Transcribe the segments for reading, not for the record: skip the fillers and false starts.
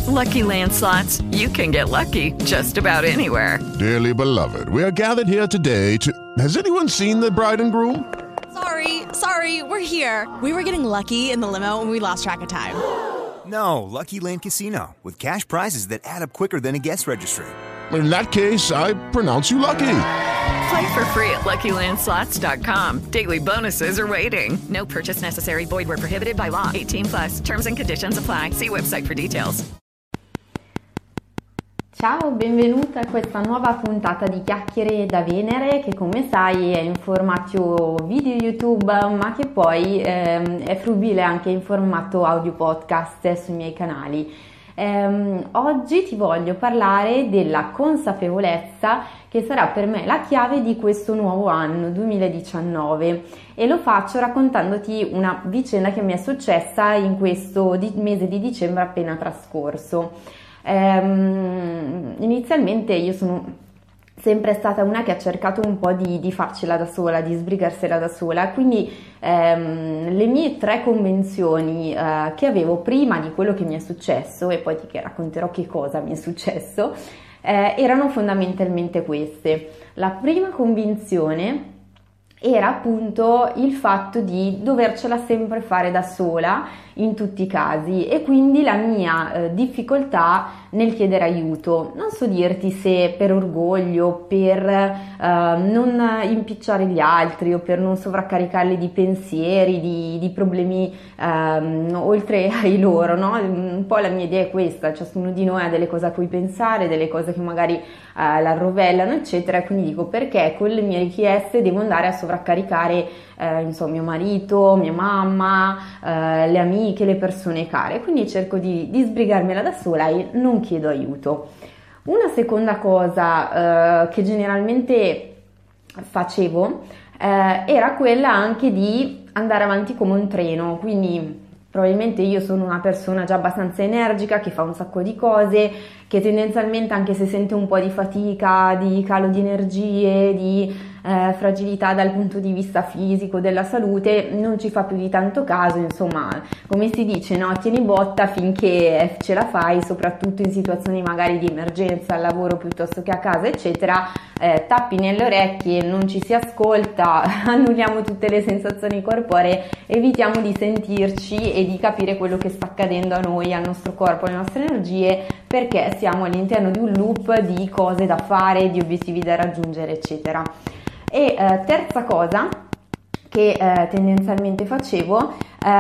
Lucky Land Slots, you can get lucky just about anywhere. Dearly beloved, we are gathered here today to... Has anyone seen the bride and groom? Sorry, we're here. We were getting lucky in the limo and we lost track of time. No, Lucky Land Casino, with cash prizes that add up quicker than a guest registry. In that case, I pronounce you lucky. Play for free at LuckyLandSlots.com. Daily bonuses are waiting. No purchase necessary. Void where prohibited by law. 18+. Terms and conditions apply. See website for details. Ciao, benvenuta a questa nuova puntata di Chiacchiere da Venere, che come sai è in formato video YouTube, ma che poi è fruibile anche in formato audio podcast sui miei canali. Oggi ti voglio parlare della consapevolezza, che sarà per me la chiave di questo nuovo anno 2019, e lo faccio raccontandoti una vicenda che mi è successa in questo mese di dicembre appena trascorso. Inizialmente io sono sempre stata una che ha cercato un po' di farcela da sola, di sbrigarsela da sola, quindi le mie 3 convenzioni che avevo prima di quello che mi è successo, e poi ti racconterò che cosa mi è successo, erano fondamentalmente queste. La prima convinzione era appunto il fatto di dovercela sempre fare da sola in tutti i casi, e quindi la mia difficoltà nel chiedere aiuto. Non so dirti se per orgoglio, per non impicciare gli altri o per non sovraccaricarli di pensieri, di problemi oltre ai loro, no? Un po' la mia idea è questa: ciascuno di noi ha delle cose a cui pensare, delle cose che magari la rovellano, eccetera, quindi dico, perché con le mie richieste devo andare a sovraccaricare insomma mio marito, mia mamma, le amiche, le persone care, quindi cerco di sbrigarmela da sola e non chiedo aiuto. Una seconda cosa che generalmente facevo era quella anche di andare avanti come un treno, quindi probabilmente io sono una persona già abbastanza energica, che fa un sacco di cose, che tendenzialmente, anche se sente un po' di fatica, di calo di energie, di fragilità dal punto di vista fisico, della salute, non ci fa più di tanto caso, insomma, come si dice, no? Tieni botta finché ce la fai, soprattutto in situazioni magari di emergenza al lavoro piuttosto che a casa, eccetera. Tappi nelle orecchie, non ci si ascolta, annulliamo tutte le sensazioni corporee, evitiamo di sentirci e di capire quello che sta accadendo a noi, al nostro corpo, alle nostre energie, perché siamo all'interno di un loop di cose da fare, di obiettivi da raggiungere, eccetera. E terza cosa che tendenzialmente facevo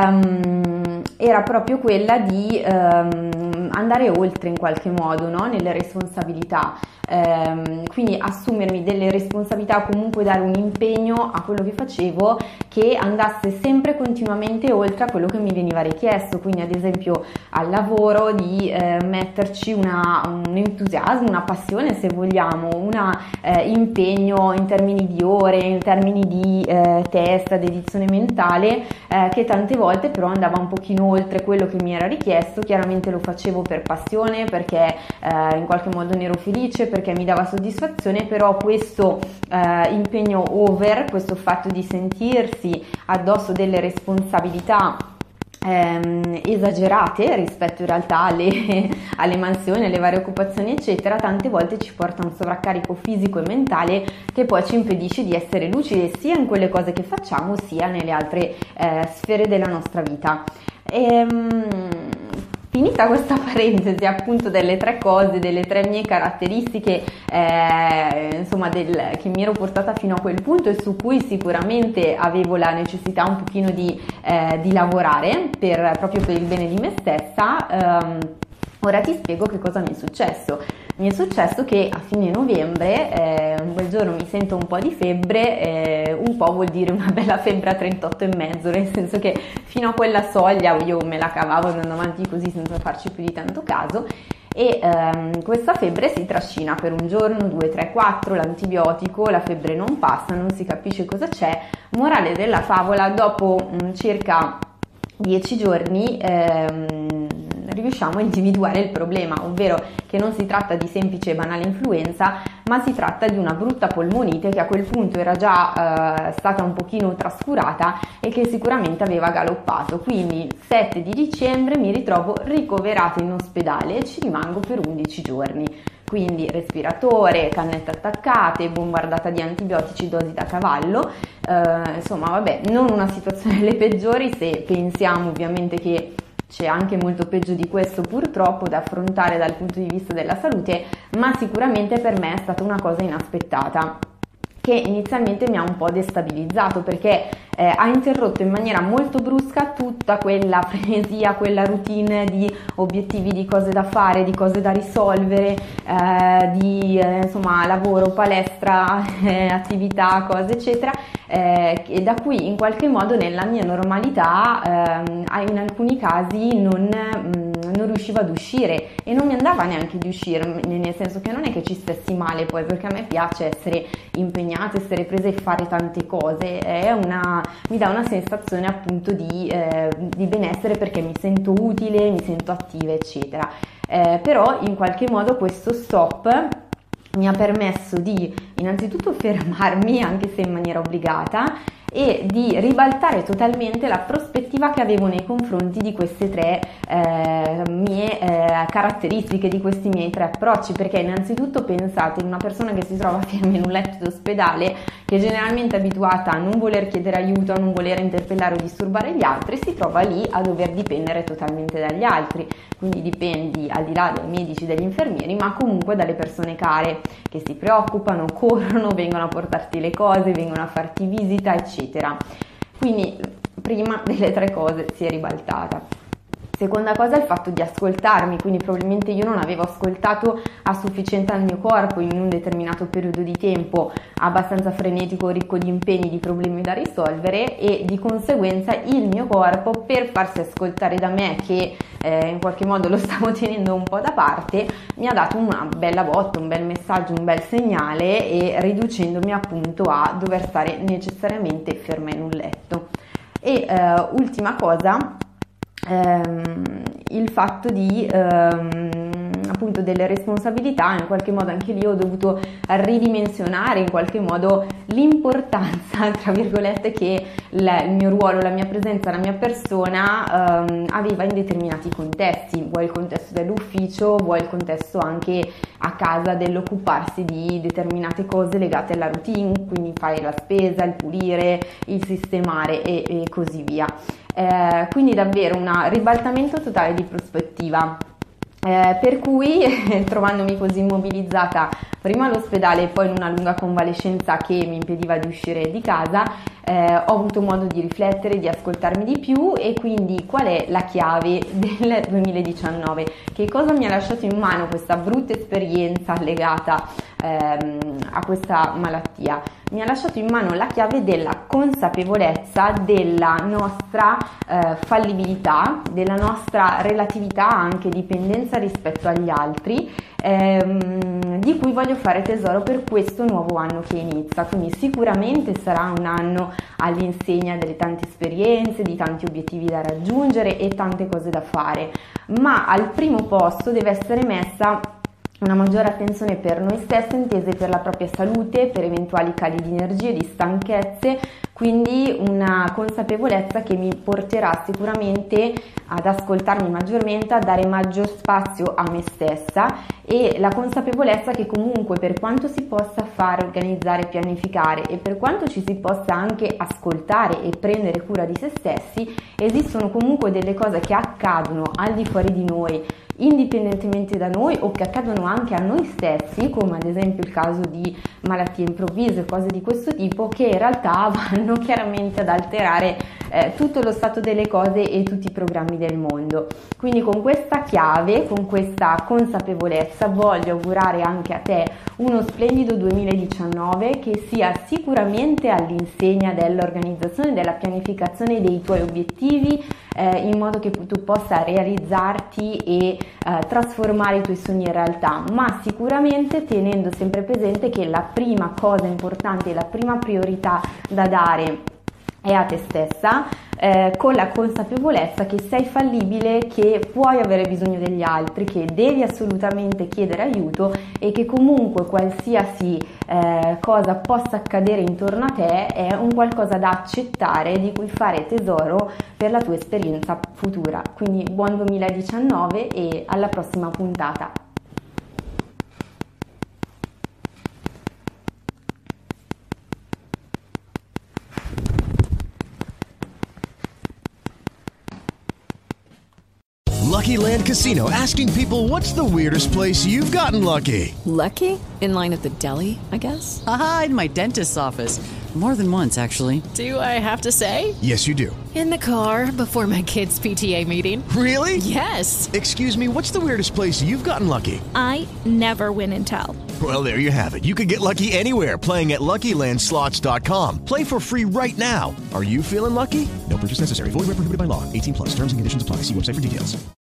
era proprio quella di andare oltre in qualche modo, no? Nelle responsabilità, quindi assumermi delle responsabilità o comunque dare un impegno a quello che facevo che andasse sempre continuamente oltre a quello che mi veniva richiesto, quindi ad esempio al lavoro di metterci un entusiasmo, una passione, se vogliamo, un impegno in termini di ore, in termini di testa, dedizione mentale, che tante volte però andava un pochino oltre quello che mi era richiesto. Chiaramente lo facevo per passione, perché in qualche modo ne ero felice, perché mi dava soddisfazione, però questo impegno over, questo fatto di sentirsi addosso delle responsabilità esagerate rispetto in realtà alle mansioni, alle varie occupazioni, eccetera, tante volte ci porta a un sovraccarico fisico e mentale che poi ci impedisce di essere lucide sia in quelle cose che facciamo sia nelle altre sfere della nostra vita. Finita questa parentesi appunto delle 3 cose, delle 3 mie caratteristiche insomma che mi ero portata fino a quel punto e su cui sicuramente avevo la necessità un pochino di lavorare proprio per il bene di me stessa, ora ti spiego che cosa mi è successo. Mi è successo che a fine novembre, un bel giorno mi sento un po' di febbre, un po' vuol dire una bella febbre a 38,5, nel senso che fino a quella soglia io me la cavavo andando avanti così senza farci più di tanto caso, e questa febbre si trascina per un giorno, 2, 3, 4, l'antibiotico, la febbre non passa, non si capisce cosa c'è. Morale della favola: dopo circa 10 giorni riusciamo a individuare il problema, ovvero che non si tratta di semplice e banale influenza, ma si tratta di una brutta polmonite che a quel punto era già stata un pochino trascurata e che sicuramente aveva galoppato. Quindi il 7 di dicembre mi ritrovo ricoverata in ospedale e ci rimango per 11 giorni. Quindi respiratore, cannette attaccate, bombardata di antibiotici, dosi da cavallo, insomma vabbè, non una situazione delle peggiori, se pensiamo ovviamente che c'è anche molto peggio di questo purtroppo da affrontare dal punto di vista della salute, ma sicuramente per me è stata una cosa inaspettata, che inizialmente mi ha un po' destabilizzato perché ha interrotto in maniera molto brusca tutta quella frenesia, quella routine di obiettivi, di cose da fare, di cose da risolvere, insomma lavoro, palestra, attività, cose eccetera, e da cui in qualche modo nella mia normalità in alcuni casi non riuscivo ad uscire e non mi andava neanche di uscire, nel senso che non è che ci stessi male poi, perché a me piace essere impegnata, essere presa e fare tante cose, mi dà una sensazione appunto di benessere perché mi sento utile, mi sento attiva eccetera, però in qualche modo questo stop mi ha permesso di innanzitutto fermarmi, anche se in maniera obbligata, e di ribaltare totalmente la prospettiva che avevo nei confronti di queste tre mie caratteristiche, di questi miei tre approcci, perché innanzitutto pensate, una persona che si trova ferma in un letto d'ospedale, che generalmente è abituata a non voler chiedere aiuto, a non voler interpellare o disturbare gli altri, si trova lì a dover dipendere totalmente dagli altri, quindi dipendi al di là dei medici, degli infermieri, ma comunque dalle persone care che si preoccupano, corrono, vengono a portarti le cose, vengono a farti visita eccetera. Quindi prima delle tre cose si è ribaltata. Seconda cosa è il fatto di ascoltarmi, quindi probabilmente io non avevo ascoltato a sufficienza il mio corpo in un determinato periodo di tempo abbastanza frenetico, ricco di impegni, di problemi da risolvere, e di conseguenza il mio corpo, per farsi ascoltare da me, che in qualche modo lo stavo tenendo un po' da parte, mi ha dato una bella botta, un bel messaggio, un bel segnale, e riducendomi appunto a dover stare necessariamente ferma in un letto. E ultima cosa, il fatto di appunto delle responsabilità, in qualche modo anche lì ho dovuto ridimensionare in qualche modo l'importanza, tra virgolette, che il mio ruolo, la mia presenza, la mia persona aveva in determinati contesti, vuoi il contesto dell'ufficio, vuoi il contesto anche a casa dell'occuparsi di determinate cose legate alla routine, quindi fare la spesa, il pulire, il sistemare e così via. Quindi davvero un ribaltamento totale di prospettiva, per cui trovandomi così immobilizzata prima all'ospedale e poi in una lunga convalescenza che mi impediva di uscire di casa, ho avuto modo di riflettere, di ascoltarmi di più. E quindi qual è la chiave del 2019? Che cosa mi ha lasciato in mano questa brutta esperienza legata a questa malattia? Mi ha lasciato in mano la chiave della consapevolezza della nostra fallibilità, della nostra relatività, anche dipendenza rispetto agli altri, di cui voglio fare tesoro per questo nuovo anno che inizia. Quindi sicuramente sarà un anno all'insegna delle tante esperienze, di tanti obiettivi da raggiungere e tante cose da fare, ma al primo posto deve essere messa una maggiore attenzione per noi stessi, intese per la propria salute, per eventuali cali di energie, di stanchezze, quindi una consapevolezza che mi porterà sicuramente ad ascoltarmi maggiormente, a dare maggior spazio a me stessa, e la consapevolezza che comunque, per quanto si possa fare, organizzare, pianificare, e per quanto ci si possa anche ascoltare e prendere cura di se stessi, esistono comunque delle cose che accadono al di fuori di noi, indipendentemente da noi, o che accadono anche a noi stessi, come ad esempio il caso di malattie improvvise o cose di questo tipo, che in realtà vanno chiaramente ad alterare tutto lo stato delle cose e tutti i programmi del mondo. Quindi con questa chiave, con questa consapevolezza, voglio augurare anche a te uno splendido 2019 che sia sicuramente all'insegna dell'organizzazione, della pianificazione dei tuoi obiettivi, in modo che tu possa realizzarti e trasformare i tuoi sogni in realtà, ma sicuramente tenendo sempre presente che la prima cosa importante, la prima priorità da dare è a te stessa, con la consapevolezza che sei fallibile, che puoi avere bisogno degli altri, che devi assolutamente chiedere aiuto e che comunque qualsiasi cosa possa accadere intorno a te è un qualcosa da accettare, di cui fare tesoro per la tua esperienza futura. Quindi buon 2019 e alla prossima puntata. Lucky Land Casino, asking people, what's the weirdest place you've gotten lucky? Lucky? In line at the deli, I guess? Aha, in my dentist's office. More than once, actually. Do I have to say? Yes, you do. In the car before my kids' PTA meeting. Really? Yes. Excuse me, what's the weirdest place you've gotten lucky? I never win and tell. Well, there you have it. You can get lucky anywhere, playing at LuckyLandSlots.com. Play for free right now. Are you feeling lucky? No purchase necessary. Void where prohibited by law. 18+. Terms and conditions apply. See website for details.